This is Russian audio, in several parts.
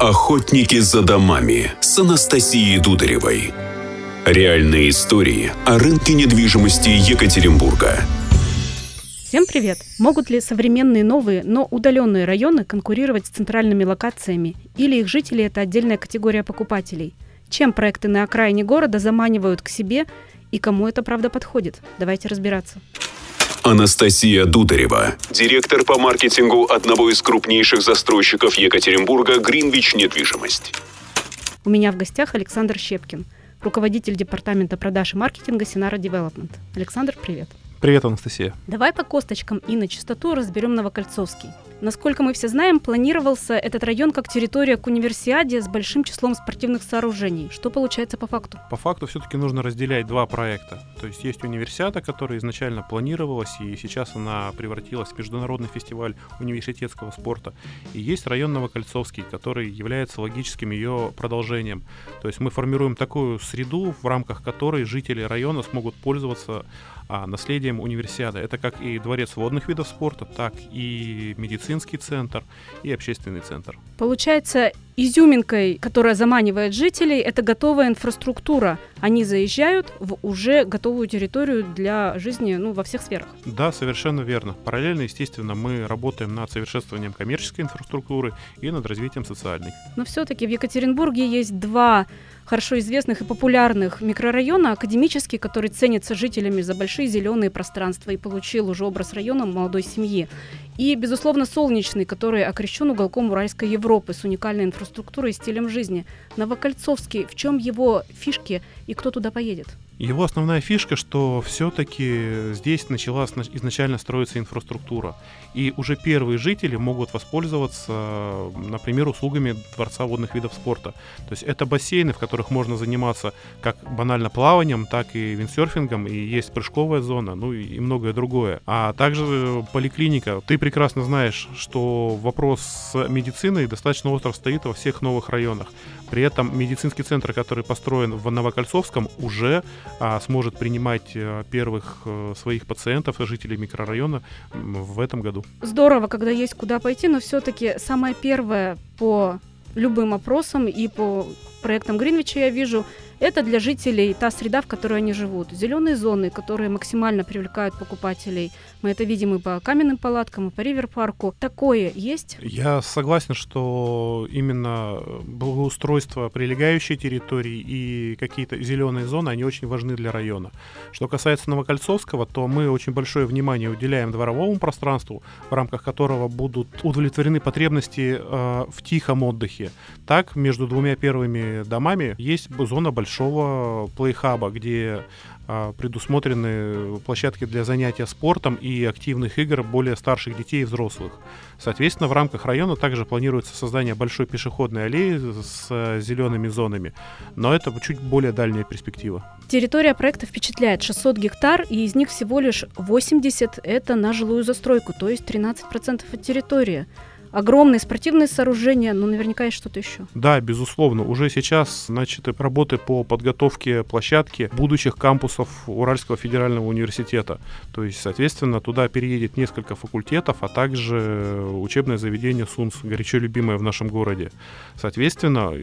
«Охотники за домами» с Анастасией Дударевой. Реальные истории о рынке недвижимости Екатеринбурга. Всем привет! Могут ли современные новые, но удаленные районы конкурировать с центральными локациями? Или их жители – это отдельная категория покупателей? Чем проекты на окраине города заманивают к себе и кому это правда подходит? Давайте разбираться. Анастасия Дударева, директор по маркетингу одного из крупнейших застройщиков Екатеринбурга «Гринвич Недвижимость». У меня в гостях Александр Щепкин, руководитель департамента продаж и маркетинга Синара Девелопмент. Александр, привет. Привет, Анастасия. Давай по косточкам и на чистоту разберем Новокольцовский. Насколько мы все знаем, планировался этот район как территория к универсиаде с большим числом спортивных сооружений. Что получается по факту? По факту все-таки нужно разделять два проекта. То есть универсиада, которая изначально планировалась, и сейчас она превратилась в международный фестиваль университетского спорта. И есть район Новокольцовский, который является логическим ее продолжением. То есть мы формируем такую среду, в рамках которой жители района смогут пользоваться наследием универсиады. Это как и дворец водных видов спорта, так и медицинский центр, и общественный центр. Получается, изюминкой, которая заманивает жителей, это готовая инфраструктура. Они заезжают в уже готовую территорию для жизни во всех сферах. Да, совершенно верно. Параллельно, естественно, мы работаем над совершенствованием коммерческой инфраструктуры и над развитием социальной. Но все-таки в Екатеринбурге есть два хорошо известных и популярных микрорайона: Академический, который ценится жителями за большие зеленые пространства и получил уже образ района молодой семьи, и, безусловно, Солнечный, который окрещен уголком Уральской Европы с уникальной инфраструктурой и стилем жизни. Новокольцовский, в чем его фишки и кто туда поедет? Его основная фишка, что все-таки здесь начала изначально строиться инфраструктура. И уже первые жители могут воспользоваться, например, услугами Дворца водных видов спорта. То есть это бассейны, в которых можно заниматься как банально плаванием, так и виндсерфингом, и есть прыжковая зона, и многое другое. А также поликлиника. Ты прекрасно знаешь, что вопрос с медициной достаточно остро стоит во всех новых районах. При этом медицинский центр, который построен в Новокольцовском, уже сможет принимать первых своих пациентов, жителей микрорайона в этом году. Здорово, когда есть куда пойти, но все-таки самое первое по любым опросам и по проектам Гринвича я вижу, это для жителей та среда, в которой они живут. Зеленые зоны, которые максимально привлекают покупателей. Мы это видим и по каменным палаткам, и по ривер-парку. Такое есть? Я согласен, что именно благоустройство прилегающей территории и какие-то зеленые зоны, они очень важны для района. Что касается Новокольцовского, то мы очень большое внимание уделяем дворовому пространству, в рамках которого будут удовлетворены потребности в тихом отдыхе. Так, между двумя первыми домами есть зона большого плейхаба, где предусмотрены площадки для занятия спортом и активных игр более старших детей и взрослых. Соответственно, в рамках района также планируется создание большой пешеходной аллеи с зелеными зонами, но это чуть более дальняя перспектива. Территория проекта впечатляет: 600 гектар, и из них всего лишь 80 – это на жилую застройку, то есть 13% от территории. Огромные спортивные сооружения, но наверняка есть что-то еще. Да, безусловно. Уже сейчас начаты работы по подготовке площадки будущих кампусов Уральского федерального университета. То есть, соответственно, туда переедет несколько факультетов, а также учебное заведение СУНС, горячо любимое в нашем городе. Соответственно,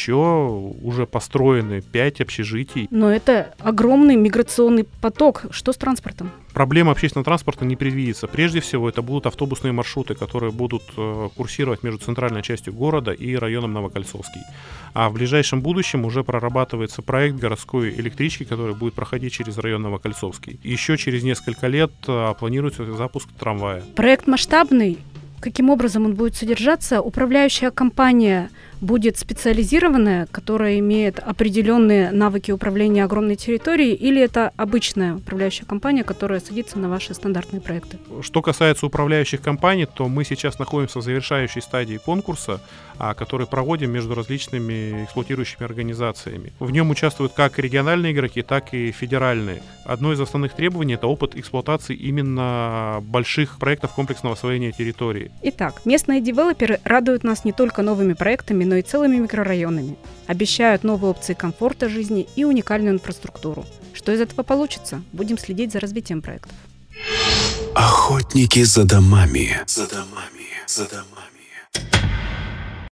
еще уже построены 5 общежитий. Но это огромный миграционный поток. Что с транспортом? Проблема общественного транспорта не предвидится. Прежде всего, это будут автобусные маршруты, которые будут курсировать между центральной частью города и районом Новокольцовский. А в ближайшем будущем уже прорабатывается проект городской электрички, который будет проходить через район Новокольцовский. Еще через несколько лет планируется запуск трамвая. Проект масштабный. Каким образом он будет содержаться? Управляющая компания будет специализированная, которая имеет определенные навыки управления огромной территорией, или это обычная управляющая компания, которая садится на ваши стандартные проекты? Что касается управляющих компаний, то мы сейчас находимся в завершающей стадии конкурса, который проводим между различными эксплуатирующими организациями. В нем участвуют как региональные игроки, так и федеральные. Одно из основных требований – это опыт эксплуатации именно больших проектов комплексного освоения территории. Итак, местные девелоперы радуют нас не только новыми проектами, но и целыми микрорайонами. Обещают новые опции комфорта жизни и уникальную инфраструктуру. Что из этого получится? Будем следить за развитием проектов. Охотники за домами. За домами. За домами.